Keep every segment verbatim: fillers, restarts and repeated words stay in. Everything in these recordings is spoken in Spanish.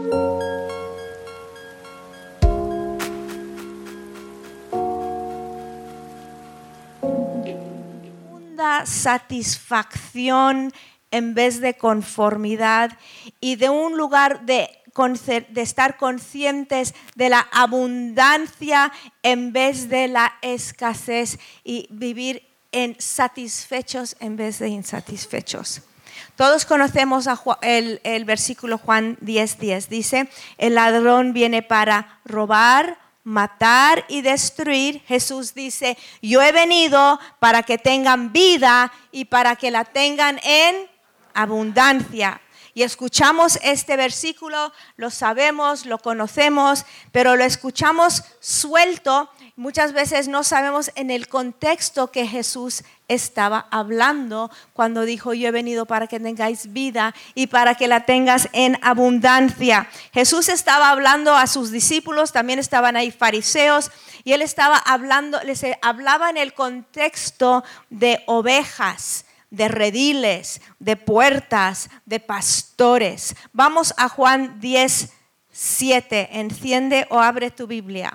Satisfacción en vez de conformidad, y de un lugar de, de estar conscientes de la abundancia en vez de la escasez, y vivir en satisfechos en vez de insatisfechos. Todos conocemos a Juan, el, el versículo Juan diez diez. Dice: el ladrón viene para robar, matar y destruir. Jesús dice: yo he venido para que tengan vida y para que la tengan en abundancia. Y escuchamos este versículo, lo sabemos, lo conocemos, pero lo escuchamos suelto. Muchas veces no sabemos en el contexto que Jesús estaba hablando cuando dijo: yo he venido para que tengáis vida y para que la tengas en abundancia. Jesús estaba hablando a sus discípulos, también estaban ahí fariseos, y él estaba hablando, les hablaba en el contexto de ovejas, de rediles, de puertas, de pastores. Vamos a Juan diez siete. Enciende o abre tu Biblia.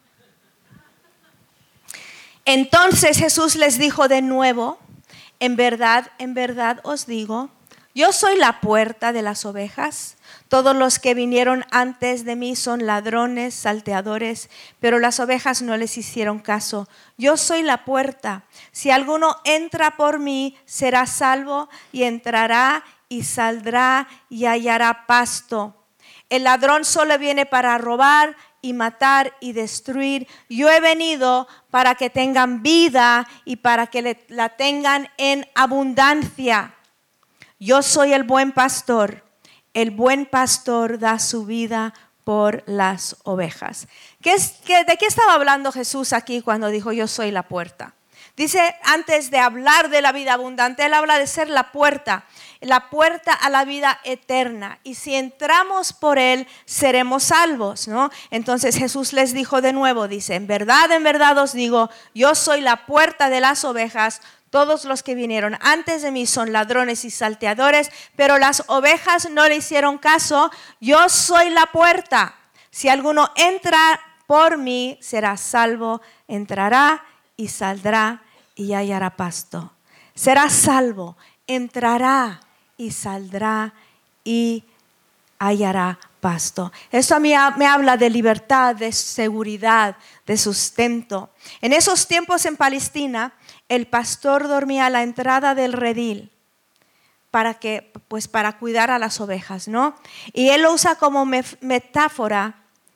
Entonces Jesús les dijo de nuevo: en verdad, en verdad os digo, yo soy la puerta de las ovejas. Todos los que vinieron antes de mí son ladrones, salteadores, pero las ovejas no les hicieron caso. Yo soy la puerta. Si alguno entra por mí, será salvo, y entrará y saldrá y hallará pasto. El ladrón solo viene para robar y matar y destruir. Yo he venido para que tengan vida y para que le, la tengan en abundancia. Yo soy el buen pastor. El buen pastor da su vida por las ovejas. ¿Qué es, qué, ¿De qué estaba hablando Jesús aquí cuando dijo: yo soy la puerta? Dice, antes de hablar de la vida abundante, él habla de ser la puerta, la puerta a la vida eterna. Y si entramos por él, seremos salvos, ¿no? Entonces Jesús les dijo de nuevo, dice: en verdad, en verdad os digo, yo soy la puerta de las ovejas. Todos los que vinieron antes de mí son ladrones y salteadores, pero las ovejas no le hicieron caso. Yo soy la puerta. Si alguno entra por mí, será salvo, entrará y saldrá y hallará pasto. Será salvo, entrará y saldrá y hallará pasto. Esto a mí me habla de libertad, de seguridad, de sustento. En esos tiempos en Palestina, el pastor dormía a la entrada del redil para que, pues para cuidar a las ovejas, ¿no? Y él lo usa como metáfora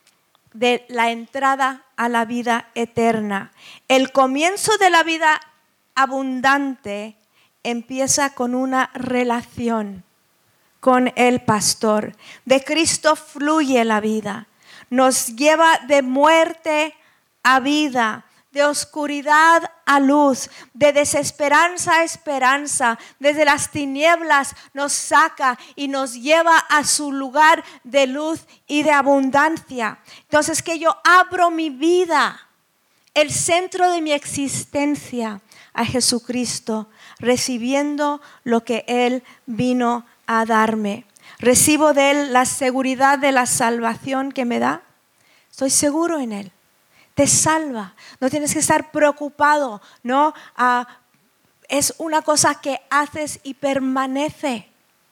de la entrada a la vida eterna. El comienzo de la vida abundante empieza con una relación con el pastor. De Cristo fluye la vida. Nos lleva de muerte a vida, de oscuridad a luz, de desesperanza a esperanza. Desde las tinieblas nos saca y nos lleva a su lugar de luz y de abundancia. Entonces, que yo abro mi vida, el centro de mi existencia, a Jesucristo, recibiendo lo que Él vino a darme. Recibo de Él la seguridad de la salvación que me da. Estoy seguro en Él. Te salva. No tienes que estar preocupado, ¿no? Uh, es una cosa que haces y permanece.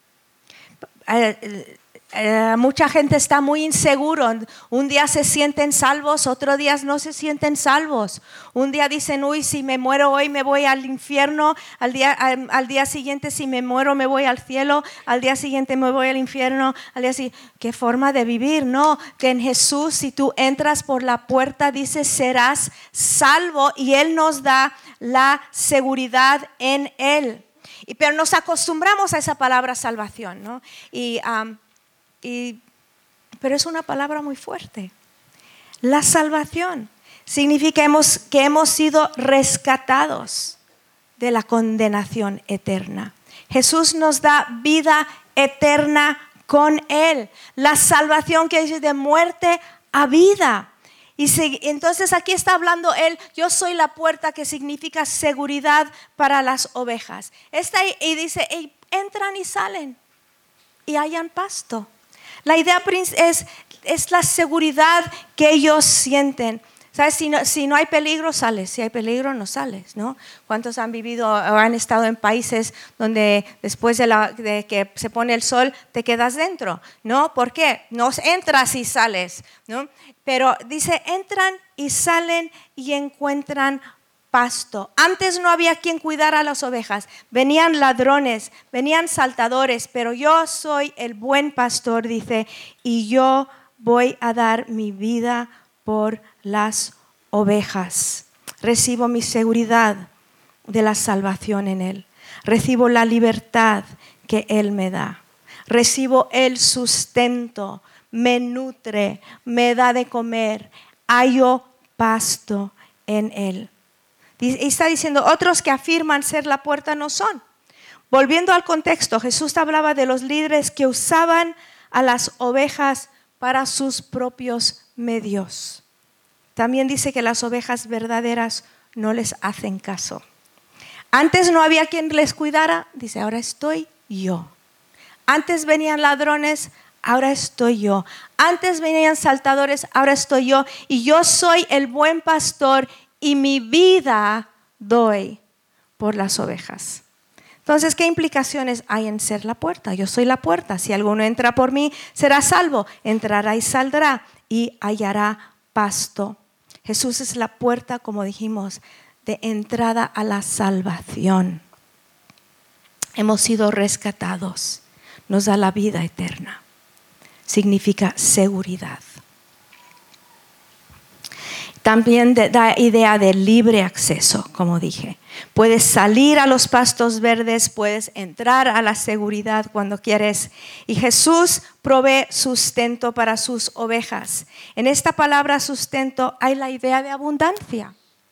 Uh, Uh, mucha gente está muy inseguro. Un día se sienten salvos, otro día no se sienten salvos. Un día dicen, uy, si me muero hoy me voy al infierno. Al día, al, al día siguiente, si me muero me voy al cielo. Al día siguiente me voy al infierno. Al día siguiente, ¿qué forma de vivir? No, que en Jesús, si tú entras por la puerta, dice, serás salvo, y Él nos da la seguridad en Él. Y, pero nos acostumbramos a esa palabra salvación, ¿no? Y um, Y, pero es una palabra muy fuerte. La salvación significa hemos, que hemos sido rescatados de la condenación eterna. Jesús nos da vida eterna con Él. La salvación que es de muerte a vida. Y se, entonces aquí está hablando Él, yo soy la puerta, que significa seguridad para las ovejas. Está ahí, y dice, hey, entran y salen y hallan pasto. La idea es, es la seguridad que ellos sienten. ¿Sabes? Si no, si no hay peligro, sales. Si hay peligro, no sales, ¿no? ¿Cuántos han vivido o han estado en países donde después de, la, de que se pone el sol te quedas dentro? ¿No? ¿Por qué? No entras y sales, ¿no? Pero dice, entran y salen y encuentran pasto. Antes no había quien cuidara a las ovejas. Venían ladrones, venían saltadores, pero yo soy el buen pastor, dice, y yo voy a dar mi vida por las ovejas. Recibo mi seguridad de la salvación en Él. Recibo la libertad que Él me da. Recibo el sustento, me nutre, me da de comer. Hallo pasto en Él. Y está diciendo, otros que afirman ser la puerta no son. Volviendo al contexto, Jesús hablaba de los líderes que usaban a las ovejas para sus propios medios. También dice que las ovejas verdaderas no les hacen caso. Antes no había quien les cuidara, dice, ahora estoy yo. Antes venían ladrones, ahora estoy yo. Antes venían saltadores, ahora estoy yo. Y yo soy el buen pastor y mi vida doy por las ovejas. Entonces, ¿qué implicaciones hay en ser la puerta? Yo soy la puerta. Si alguno entra por mí, será salvo. Entrará y saldrá y hallará pasto. Jesús es la puerta, como dijimos, de entrada a la salvación. Hemos sido rescatados. Nos da la vida eterna. Significa seguridad. También da idea de libre acceso, como dije. Puedes salir a los pastos verdes, puedes entrar a la seguridad cuando quieres. Y Jesús provee sustento para sus ovejas. En esta palabra sustento hay la idea de abundancia.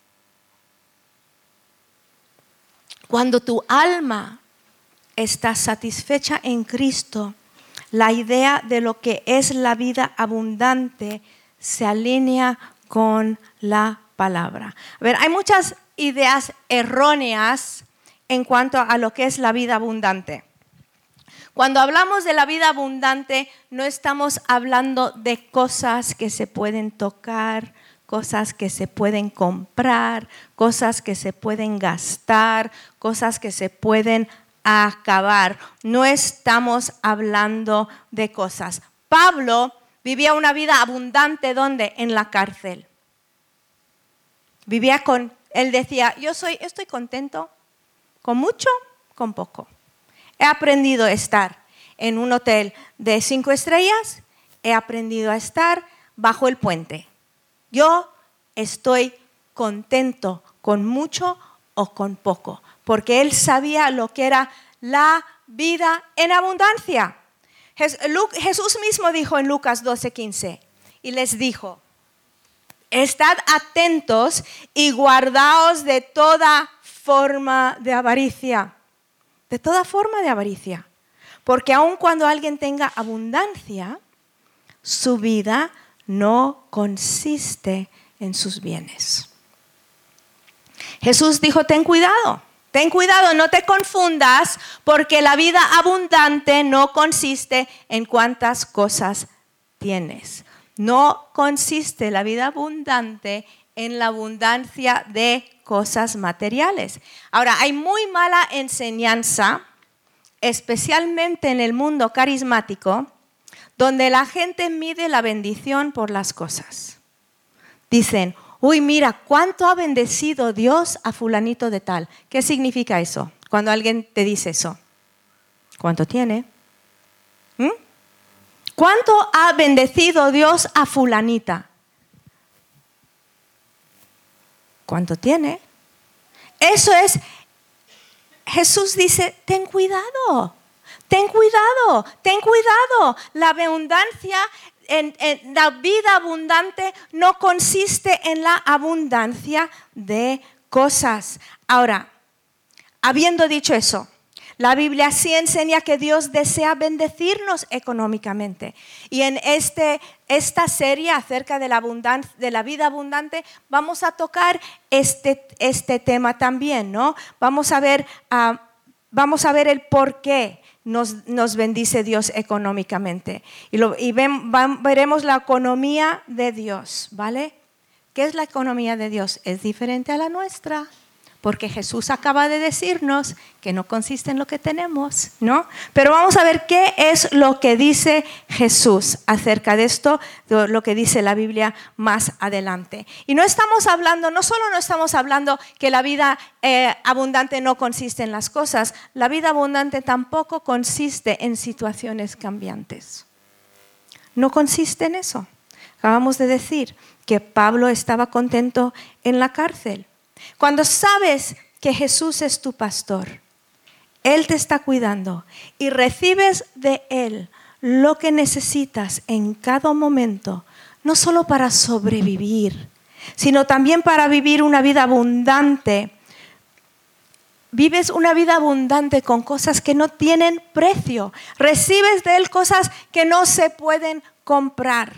Cuando tu alma está satisfecha en Cristo, la idea de lo que es la vida abundante se alinea con la palabra. A ver, hay muchas ideas erróneas en cuanto a lo que es la vida abundante. Cuando hablamos de la vida abundante, no estamos hablando de cosas que se pueden tocar, cosas que se pueden comprar, cosas que se pueden gastar, cosas que se pueden acabar. No estamos hablando de cosas. Pablo vivía una vida abundante, ¿dónde? En la cárcel. Vivía con, él decía, yo soy, estoy contento, con mucho, con poco. He aprendido a estar en un hotel de cinco estrellas, he aprendido a estar bajo el puente. Yo estoy contento con mucho o con poco, porque él sabía lo que era la vida en abundancia. Jesús mismo dijo en Lucas doce quince y les dijo, estad atentos y guardaos de toda forma de avaricia, de toda forma de avaricia, porque aun cuando alguien tenga abundancia, su vida no consiste en sus bienes. Jesús dijo, ten cuidado. Ten cuidado, no te confundas, porque la vida abundante no consiste en cuántas cosas tienes. No consiste la vida abundante en la abundancia de cosas materiales. Ahora, hay muy mala enseñanza, especialmente en el mundo carismático, donde la gente mide la bendición por las cosas. Dicen, uy, mira, ¿cuánto ha bendecido Dios a fulanito de tal? ¿Qué significa eso? Cuando alguien te dice eso. ¿Cuánto tiene? ¿Mm? ¿Cuánto ha bendecido Dios a fulanita? ¿Cuánto tiene? Eso es, Jesús dice, ten cuidado, ten cuidado, ten cuidado. La abundancia En, en la vida abundante no consiste en la abundancia de cosas. Ahora, habiendo dicho eso, la Biblia sí enseña que Dios desea bendecirnos económicamente. Y en este, esta serie acerca de la, abundancia, de la vida abundante vamos a tocar este, este tema también, ¿no? Vamos a ver, uh, vamos a ver el por qué nos, nos bendice Dios económicamente. Y, lo, y ven, van, veremos la economía de Dios, ¿vale? ¿Qué es la economía de Dios? Es diferente a la nuestra. Porque Jesús acaba de decirnos que no consiste en lo que tenemos, ¿no? Pero vamos a ver qué es lo que dice Jesús acerca de esto, de lo que dice la Biblia más adelante. Y no estamos hablando, no solo no estamos hablando que la vida eh, abundante no consiste en las cosas, la vida abundante tampoco consiste en situaciones cambiantes. No consiste en eso. Acabamos de decir que Pablo estaba contento en la cárcel. Cuando sabes que Jesús es tu pastor, Él te está cuidando y recibes de Él lo que necesitas en cada momento, no solo para sobrevivir, sino también para vivir una vida abundante. Vives una vida abundante con cosas que no tienen precio. Recibes de Él cosas que no se pueden comprar.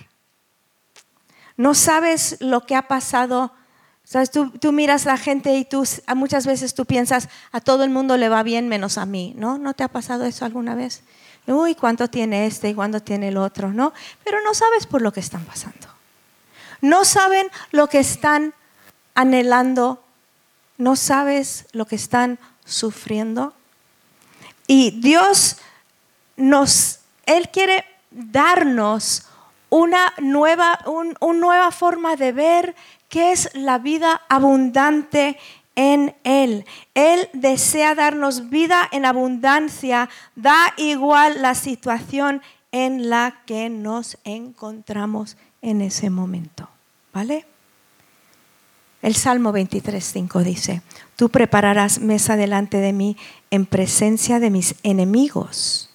No sabes lo que ha pasado. ¿Sabes? Tú, tú miras a la gente y tú, muchas veces tú piensas, a todo el mundo le va bien menos a mí, ¿no? ¿No te ha pasado eso alguna vez? Uy, ¿cuánto tiene este y cuánto tiene el otro? ¿No? Pero no sabes por lo que están pasando. No saben lo que están anhelando. No sabes lo que están sufriendo. Y Dios nos, Él quiere darnos una nueva, un, una nueva forma de ver qué es la vida abundante en Él. Él desea darnos vida en abundancia, da igual la situación en la que nos encontramos en ese momento. ¿Vale? El Salmo veintitrés, cinco dice: tú prepararás mesa delante de mí en presencia de mis enemigos.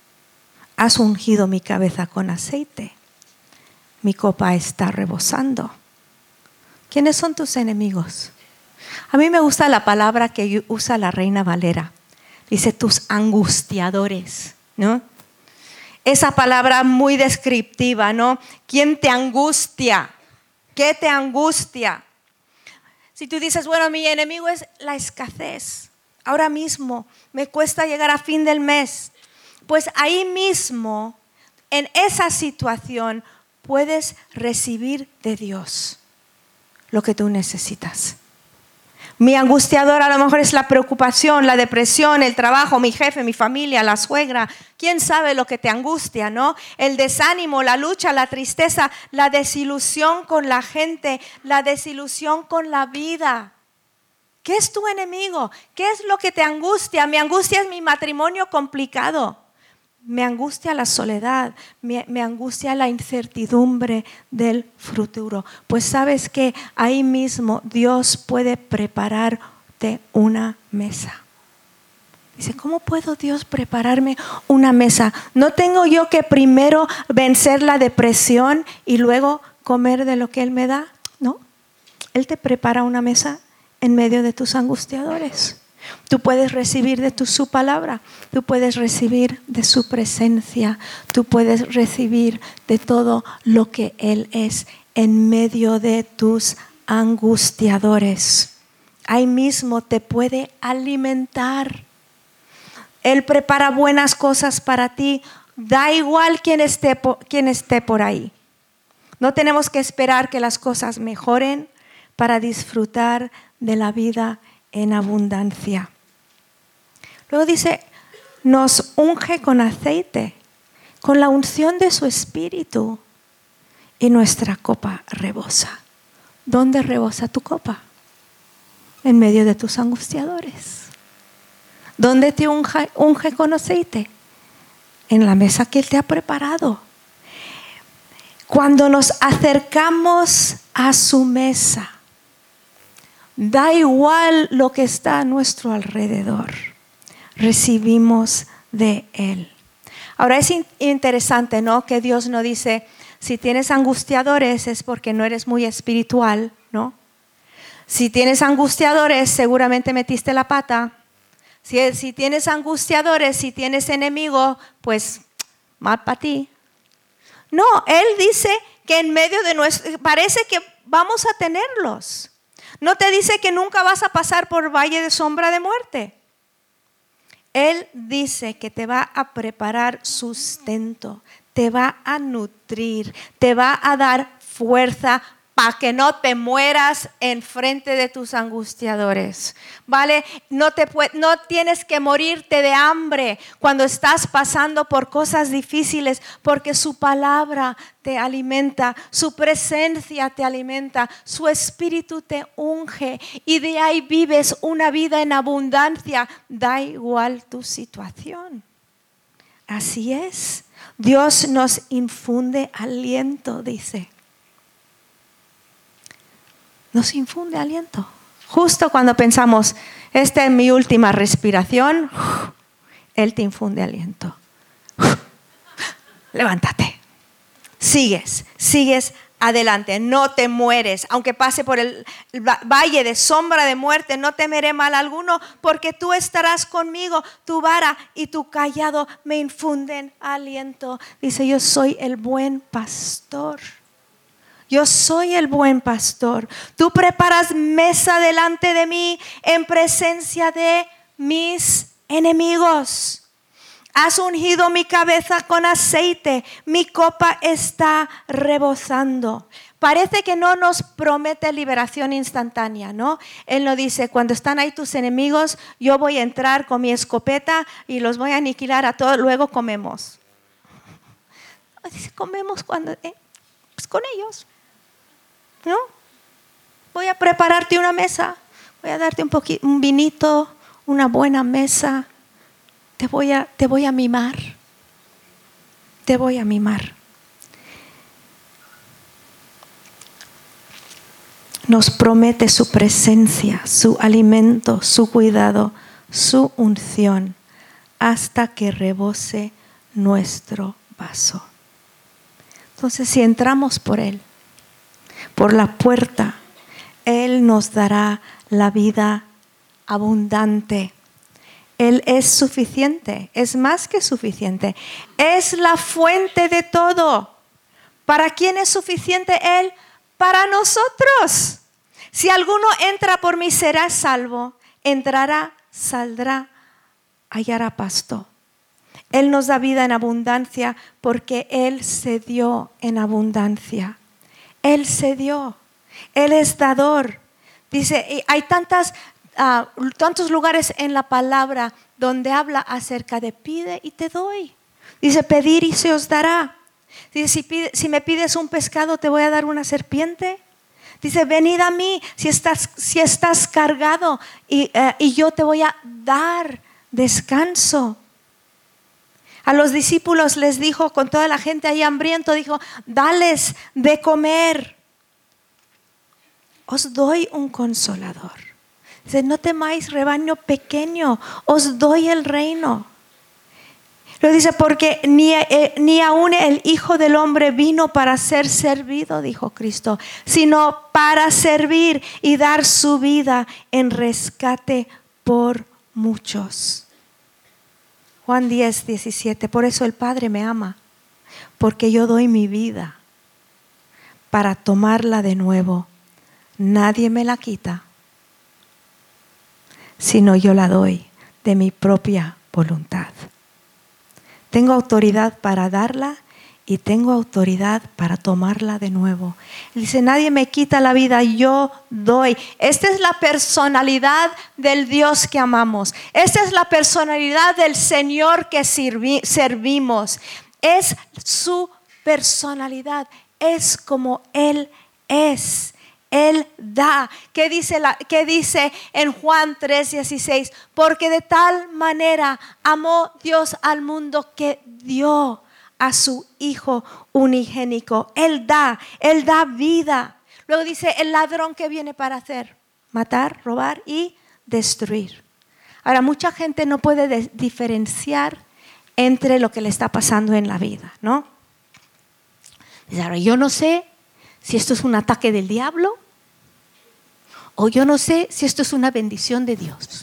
Has ungido mi cabeza con aceite. Mi copa está rebosando. ¿Quiénes son tus enemigos? A mí me gusta la palabra que usa la Reina Valera. Dice tus angustiadores, ¿no? Esa palabra muy descriptiva, ¿no? ¿Quién te angustia? ¿Qué te angustia? Si tú dices, bueno, mi enemigo es la escasez. Ahora mismo me cuesta llegar a fin del mes. Pues ahí mismo, en esa situación, puedes recibir de Dios lo que tú necesitas. Mi angustiador a lo mejor es la preocupación, la depresión, el trabajo, mi jefe, mi familia, la suegra. ¿Quién sabe lo que te angustia, no? El desánimo, la lucha, la tristeza, la desilusión con la gente, la desilusión con la vida. ¿Qué es tu enemigo? ¿Qué es lo que te angustia? Mi angustia es mi matrimonio complicado. Me angustia la soledad, me, me angustia la incertidumbre del futuro. Pues sabes que ahí mismo Dios puede prepararte una mesa. Dice, ¿cómo puedo Dios prepararme una mesa? ¿No tengo yo que primero vencer la depresión y luego comer de lo que Él me da? No, Él te prepara una mesa en medio de tus angustiadores. Tú puedes recibir de tu, su palabra, tú puedes recibir de su presencia, tú puedes recibir de todo lo que Él es en medio de tus angustiadores. Ahí mismo te puede alimentar. Él prepara buenas cosas para ti, da igual quién esté, por, quién esté por ahí. No tenemos que esperar que las cosas mejoren para disfrutar de la vida en abundancia. Luego dice, nos unge con aceite, con la unción de su espíritu, y nuestra copa rebosa. ¿Dónde rebosa tu copa? En medio de tus angustiadores. ¿Dónde te unge, unge con aceite? En la mesa que Él te ha preparado. Cuando nos acercamos a su mesa, da igual lo que está a nuestro alrededor, recibimos de Él. Ahora es interesante, ¿no? Que Dios no dice, si tienes angustiadores es porque no eres muy espiritual, ¿no? Si tienes angustiadores seguramente metiste la pata. Si, si tienes angustiadores, si tienes enemigo, pues mal para ti. No, Él dice que en medio de nuestro, parece que vamos a tenerlos. No te dice que nunca vas a pasar por valle de sombra de muerte. Él dice que te va a preparar sustento, te va a nutrir, te va a dar fuerza para que no te mueras en frente de tus angustiadores, ¿vale? No, te, no tienes que morirte de hambre cuando estás pasando por cosas difíciles, porque su palabra te alimenta, su presencia te alimenta, su espíritu te unge y de ahí vives una vida en abundancia, da igual tu situación. Así es, Dios nos infunde aliento, dice. Nos infunde aliento. Justo cuando pensamos, esta es mi última respiración, Él te infunde aliento. Levántate. Sigues, sigues adelante, no te mueres. Aunque pase por el valle de sombra de muerte, no temeré mal alguno, porque tú estarás conmigo, tu vara y tu cayado me infunden aliento. Dice, yo soy el buen pastor. Yo soy el buen pastor. Tú preparas mesa delante de mí en presencia de mis enemigos. Has ungido mi cabeza con aceite. Mi copa está rebosando. Parece que no nos promete liberación instantánea, ¿no? Él no dice, cuando están ahí tus enemigos, yo voy a entrar con mi escopeta y los voy a aniquilar a todos, luego comemos. Dice, comemos cuando, eh, pues con ellos. ¿No? Voy a prepararte una mesa, voy a darte un poquito, un vinito, una buena mesa. Te voy a, te voy a mimar. Te voy a mimar. Nos promete su presencia, su alimento, su cuidado, su unción, hasta que rebose nuestro vaso. Entonces, si entramos por Él, por la puerta, Él nos dará la vida abundante. Él es suficiente, es más que suficiente. Es la fuente de todo. ¿Para quién es suficiente Él? Para nosotros. Si alguno entra por mí será salvo. Entrará, saldrá, hallará pasto. Él nos da vida en abundancia porque Él se dio en abundancia. Él se dio. Él es dador. Dice, hay tantas, uh, tantos lugares en la palabra donde habla acerca de pide y te doy. Dice, pedir y se os dará. Dice, si, pide, si me pides un pescado, te voy a dar una serpiente. Dice, venid a mí si estás, si estás cargado y, uh, y yo te voy a dar descanso. A los discípulos les dijo, con toda la gente ahí hambriento, dijo, dales de comer. Os doy un consolador. Dice, no temáis, rebaño pequeño, os doy el reino. Lo dice, porque ni, eh, ni aún el Hijo del Hombre vino para ser servido, dijo Cristo, sino para servir y dar su vida en rescate por muchos. Juan diez, diecisiete, por eso el Padre me ama, porque yo doy mi vida para tomarla de nuevo. Nadie me la quita, sino yo la doy de mi propia voluntad. Tengo autoridad para darla y tengo autoridad para tomarla de nuevo. Él dice, nadie me quita la vida, yo doy. Esta es la personalidad del Dios que amamos. Esta es la personalidad del Señor que sirvi- servimos. Es su personalidad, es como Él es. Él da. ¿Qué dice, la, qué dice en Juan tres dieciséis? Porque de tal manera amó Dios al mundo que dio a su Hijo unigénico. Él da, Él da vida. Luego dice, el ladrón que viene para hacer, matar, robar y destruir. Ahora, mucha gente no puede de- diferenciar entre lo que le está pasando en la vida, ¿no? Dice, ahora, yo no sé si esto es un ataque del diablo o yo no sé si esto es una bendición de Dios.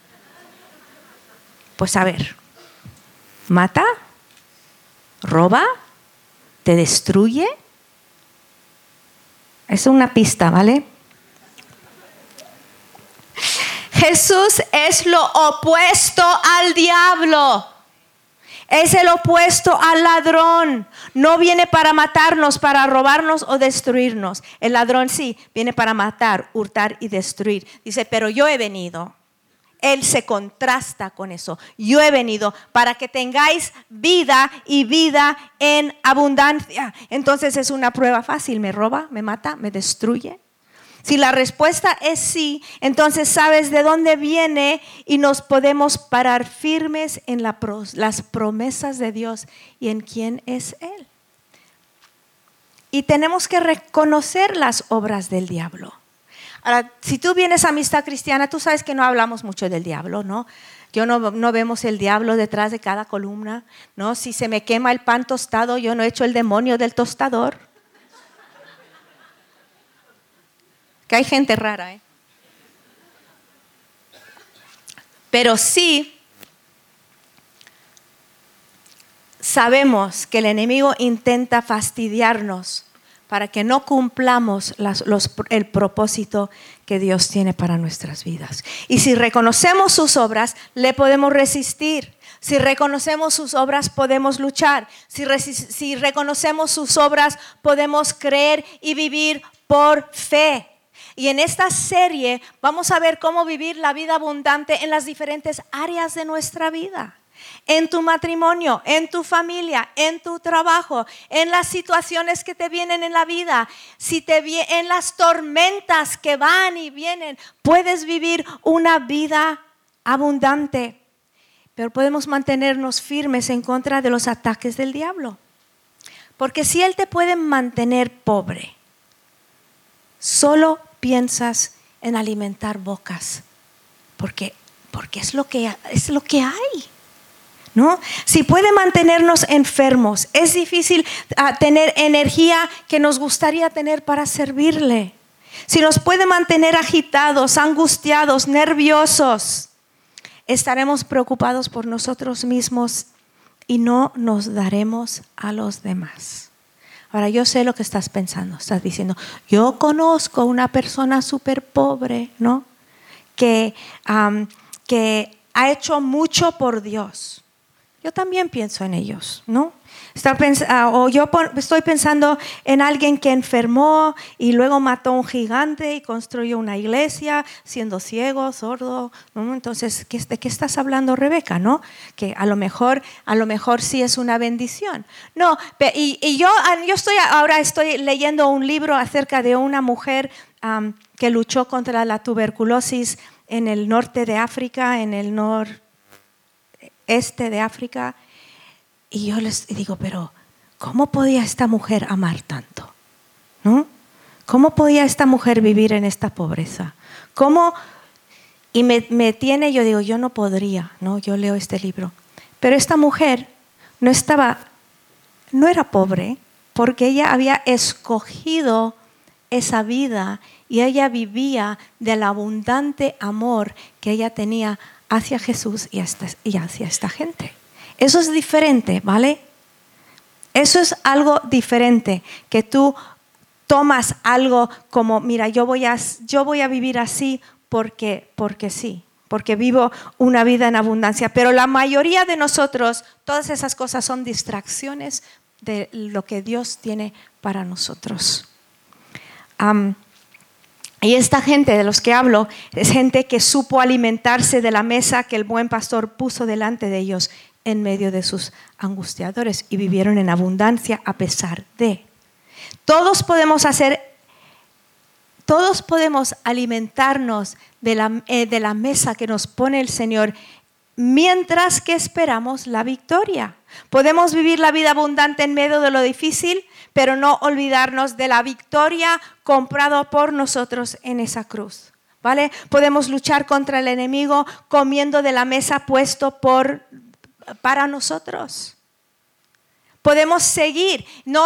Pues a ver, mata, roba, te destruye. Es una pista, ¿vale? Jesús es lo opuesto al diablo. Es el opuesto al ladrón. No viene para matarnos, para robarnos o destruirnos. El ladrón sí, viene para matar, hurtar y destruir. Dice, pero yo he venido. Él se contrasta con eso. Yo he venido para que tengáis vida y vida en abundancia. Entonces es una prueba fácil. ¿Me roba? ¿Me mata? ¿Me destruye? Si la respuesta es sí, entonces sabes de dónde viene y nos podemos parar firmes en la pro, las promesas de Dios y en quién es Él. Y tenemos que reconocer las obras del diablo. Ahora, si tú vienes a Amistad Cristiana, tú sabes que no hablamos mucho del diablo, ¿no? Yo no, no vemos el diablo detrás de cada columna, ¿no? Si se me quema el pan tostado, yo no echo el demonio del tostador. Que hay gente rara, ¿eh? Pero sí sabemos que el enemigo intenta fastidiarnos para que no cumplamos las, los, el propósito que Dios tiene para nuestras vidas. Y si reconocemos sus obras, le podemos resistir. Si reconocemos sus obras, podemos luchar. Si, resist, si reconocemos sus obras, podemos creer y vivir por fe. Y en esta serie vamos a ver cómo vivir la vida abundante en las diferentes áreas de nuestra vida. En tu matrimonio, en tu familia, en tu trabajo, en las situaciones que te vienen en la vida, si te en las tormentas que van y vienen, puedes vivir una vida abundante. Pero podemos mantenernos firmes en contra de los ataques del diablo. Porque si él te puede mantener pobre, solo piensas en alimentar bocas, porque, porque es lo que, es lo que hay, ¿no? Si puede mantenernos enfermos, es difícil uh, tener energía que nos gustaría tener para servirle. Si nos puede mantener agitados, angustiados, nerviosos, estaremos preocupados por nosotros mismos y no nos daremos a los demás. Ahora, yo sé lo que estás pensando. Estás diciendo, yo conozco una persona súper pobre, ¿no? Que, um, que ha hecho mucho por Dios. Yo también pienso en ellos, ¿no? Está pens- uh, o yo pon- estoy pensando en alguien que enfermó y luego mató a un gigante y construyó una iglesia siendo ciego, sordo, ¿no? Entonces, ¿qué, ¿de qué estás hablando, Rebeca? ¿No? Que a lo mejor, a lo mejor sí es una bendición. No, y, y yo, yo estoy ahora estoy leyendo un libro acerca de una mujer um, que luchó contra la tuberculosis en el norte de África, en el noreste de África. Y yo les digo, pero ¿cómo podía esta mujer amar tanto? ¿No? ¿Cómo podía esta mujer vivir en esta pobreza? ¿Cómo? Y me, me tiene, yo digo, yo no podría, ¿no? Yo leo este libro. Pero esta mujer no estaba, no era pobre, porque ella había escogido esa vida y ella vivía del abundante amor que ella tenía hacia Jesús y, hasta, y hacia esta gente. Eso es diferente, ¿vale? Eso es algo diferente, que tú tomas algo como, mira, yo voy a, yo voy a vivir así porque, porque sí, porque vivo una vida en abundancia. Pero la mayoría de nosotros, todas esas cosas son distracciones de lo que Dios tiene para nosotros. Um, Y esta gente de los que hablo es gente que supo alimentarse de la mesa que el buen pastor puso delante de ellos en medio de sus angustiadores y vivieron en abundancia a pesar de. Todos podemos hacer, todos podemos alimentarnos de la, eh, de la mesa que nos pone el Señor mientras que esperamos la victoria. Podemos vivir la vida abundante en medio de lo difícil, pero no olvidarnos de la victoria comprada por nosotros en esa cruz, ¿vale? Podemos luchar contra el enemigo comiendo de la mesa puesto por, para nosotros. Podemos seguir. No es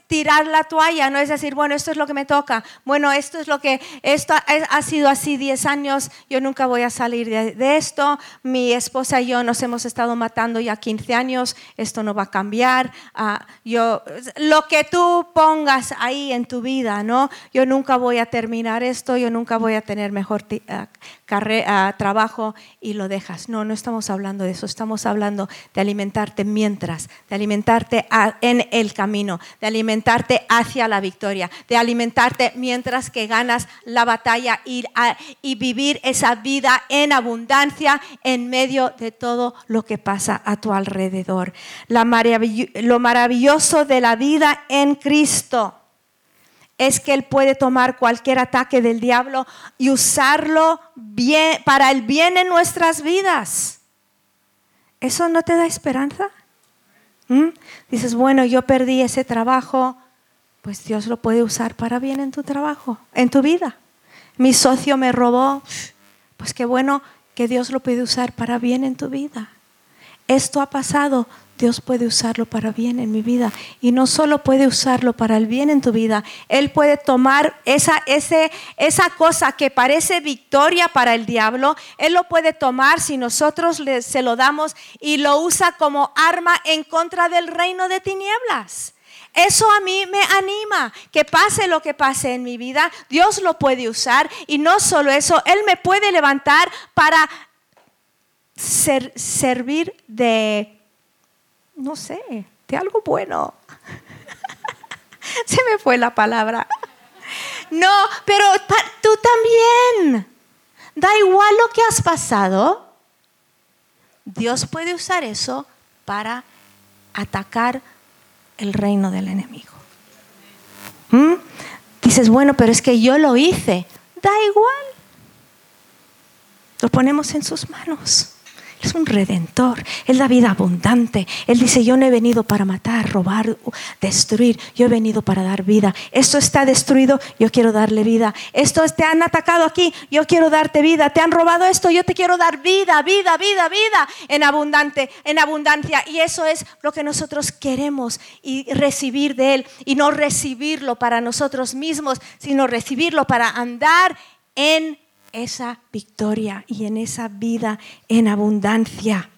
tirar la toalla, no es decir, bueno, esto es lo que me toca, bueno, esto es lo que, esto ha, ha sido así diez años, yo nunca voy a salir de, de esto, mi esposa y yo nos hemos estado matando ya quince años, esto no va a cambiar, uh, yo, lo que tú pongas ahí en tu vida, ¿no? Yo nunca voy a terminar esto, yo nunca voy a tener mejor t- uh, carrera, uh, trabajo y lo dejas. No, no estamos hablando de eso, estamos hablando de alimentarte mientras, de alimentarte a, en el camino, de alimentarte hacia la victoria, de alimentarte mientras que ganas la batalla y, a, y vivir esa vida en abundancia en medio de todo lo que pasa a tu alrededor. La maravill- lo maravilloso de la vida en Cristo es que Él puede tomar cualquier ataque del diablo y usarlo bien, para el bien en nuestras vidas. ¿Eso no te da esperanza? ¿Mm? Dices, bueno, yo perdí ese trabajo, pues Dios lo puede usar para bien en tu trabajo, en tu vida. Mi socio me robó, pues qué bueno que Dios lo puede usar para bien en tu vida. Esto ha pasado, Dios puede usarlo para bien en mi vida. Y no solo puede usarlo para el bien en tu vida, Él puede tomar esa, ese, esa cosa que parece victoria para el diablo, Él lo puede tomar si nosotros le, se lo damos y lo usa como arma en contra del reino de tinieblas. Eso a mí me anima, que pase lo que pase en mi vida, Dios lo puede usar y no solo eso, Él me puede levantar para ser, servir de... no sé, de algo bueno. Se me fue la palabra. No, pero tú también. Da igual lo que has pasado. Dios puede usar eso para atacar el reino del enemigo. ¿Mm? Dices, bueno, pero es que yo lo hice. Da igual. Lo ponemos en sus manos. Es un redentor, Él da vida abundante. Él dice, yo no he venido para matar, robar, destruir, yo he venido para dar vida. Esto está destruido, yo quiero darle vida. Esto te han atacado aquí, yo quiero darte vida. Te han robado esto, yo te quiero dar vida, vida, vida, vida en abundante, en abundancia. Y eso es lo que nosotros queremos y recibir de Él. Y no recibirlo para nosotros mismos, sino recibirlo para andar en esa victoria y en esa vida en abundancia.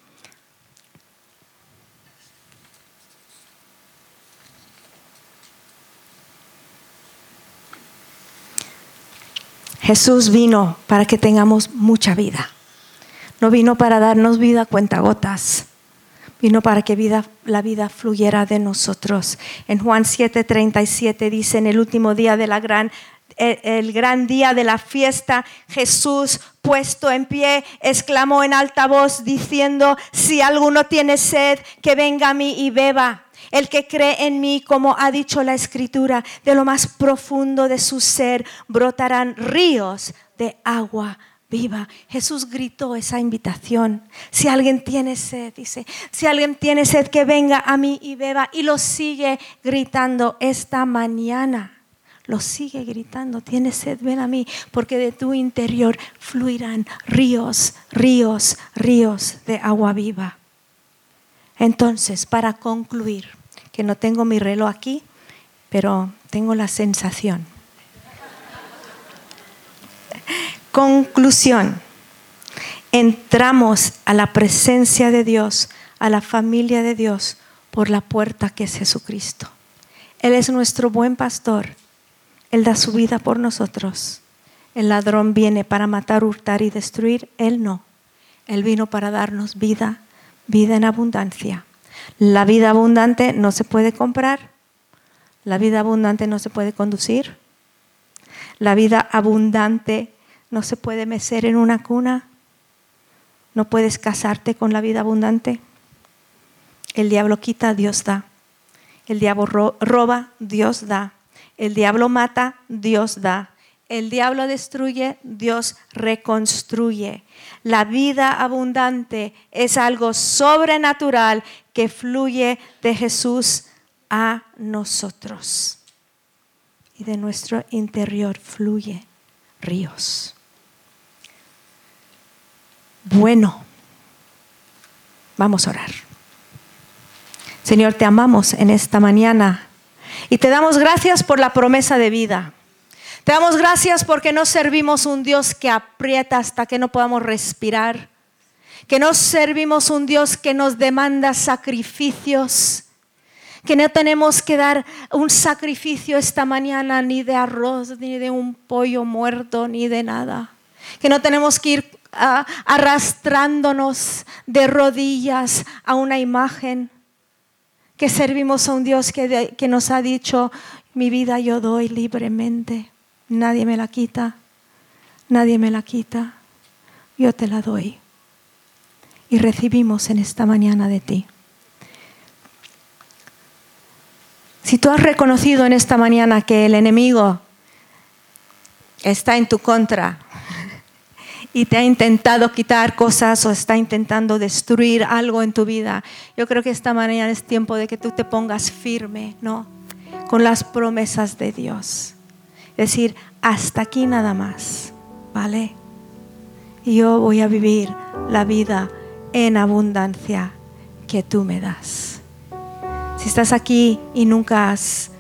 Jesús vino para que tengamos mucha vida. No vino para darnos vida a cuentagotas. Vino para que vida, la vida fluyera de nosotros. En Juan siete treinta y siete dice, en el último día de la gran El, el gran día de la fiesta, Jesús, puesto en pie, exclamó en alta voz diciendo, si alguno tiene sed, que venga a mí y beba. El que cree en mí, como ha dicho la Escritura, de lo más profundo de su ser brotarán ríos de agua viva. Jesús gritó esa invitación. Si alguien tiene sed, dice, si alguien tiene sed, que venga a mí y beba. Y lo sigue gritando esta mañana. Lo sigue gritando, tienes sed, ven a mí, porque de tu interior fluirán ríos, ríos, ríos de agua viva. Entonces, para concluir, que no tengo mi reloj aquí, pero tengo la sensación. Conclusión, entramos a la presencia de Dios, a la familia de Dios, por la puerta que es Jesucristo. Él es nuestro buen pastor. Él da su vida por nosotros. El ladrón viene para matar, hurtar y destruir. Él no. Él vino para darnos vida, vida en abundancia. La vida abundante no se puede comprar. La vida abundante no se puede conducir. La vida abundante no se puede mecer en una cuna. No puedes casarte con la vida abundante. El diablo quita, Dios da. El diablo ro- roba, Dios da. El diablo mata, Dios da. El diablo destruye, Dios reconstruye. La vida abundante es algo sobrenatural que fluye de Jesús a nosotros. Y de nuestro interior fluye ríos. Bueno, vamos a orar. Señor, te amamos en esta mañana. Y te damos gracias por la promesa de vida. Te damos gracias porque no servimos un Dios que aprieta hasta que no podamos respirar. Que no servimos un Dios que nos demanda sacrificios. Que no tenemos que dar un sacrificio esta mañana ni de arroz, ni de un pollo muerto, ni de nada. Que no tenemos que ir uh, arrastrándonos de rodillas a una imagen. Que servimos a un Dios que, de, que nos ha dicho, mi vida yo doy libremente. Nadie me la quita, nadie me la quita. Yo te la doy. Y recibimos en esta mañana de ti. Si tú has reconocido en esta mañana que el enemigo está en tu contra y te ha intentado quitar cosas o está intentando destruir algo en tu vida, yo creo que esta mañana es tiempo de que tú te pongas firme, ¿no? Con las promesas de Dios. Es decir, hasta aquí nada más, ¿vale? Y yo voy a vivir la vida en abundancia que tú me das. Si estás aquí y nunca has,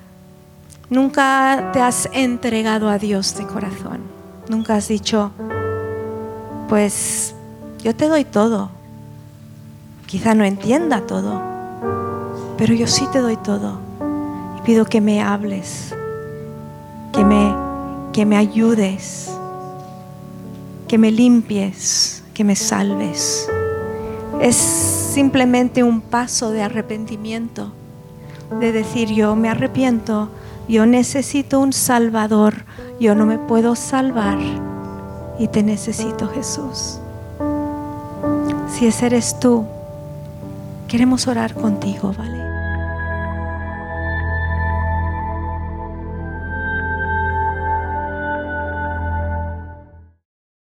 nunca te has entregado a Dios de corazón, nunca has dicho, pues yo te doy todo. Quizá no entienda todo, pero yo sí te doy todo. Y pido que me hables, que me, que me ayudes, que me limpies, que me salves. Es simplemente un paso de arrepentimiento, de decir yo me arrepiento, yo necesito un Salvador, yo no me puedo salvar y te necesito, Jesús. Si ese eres tú, queremos orar contigo, ¿vale?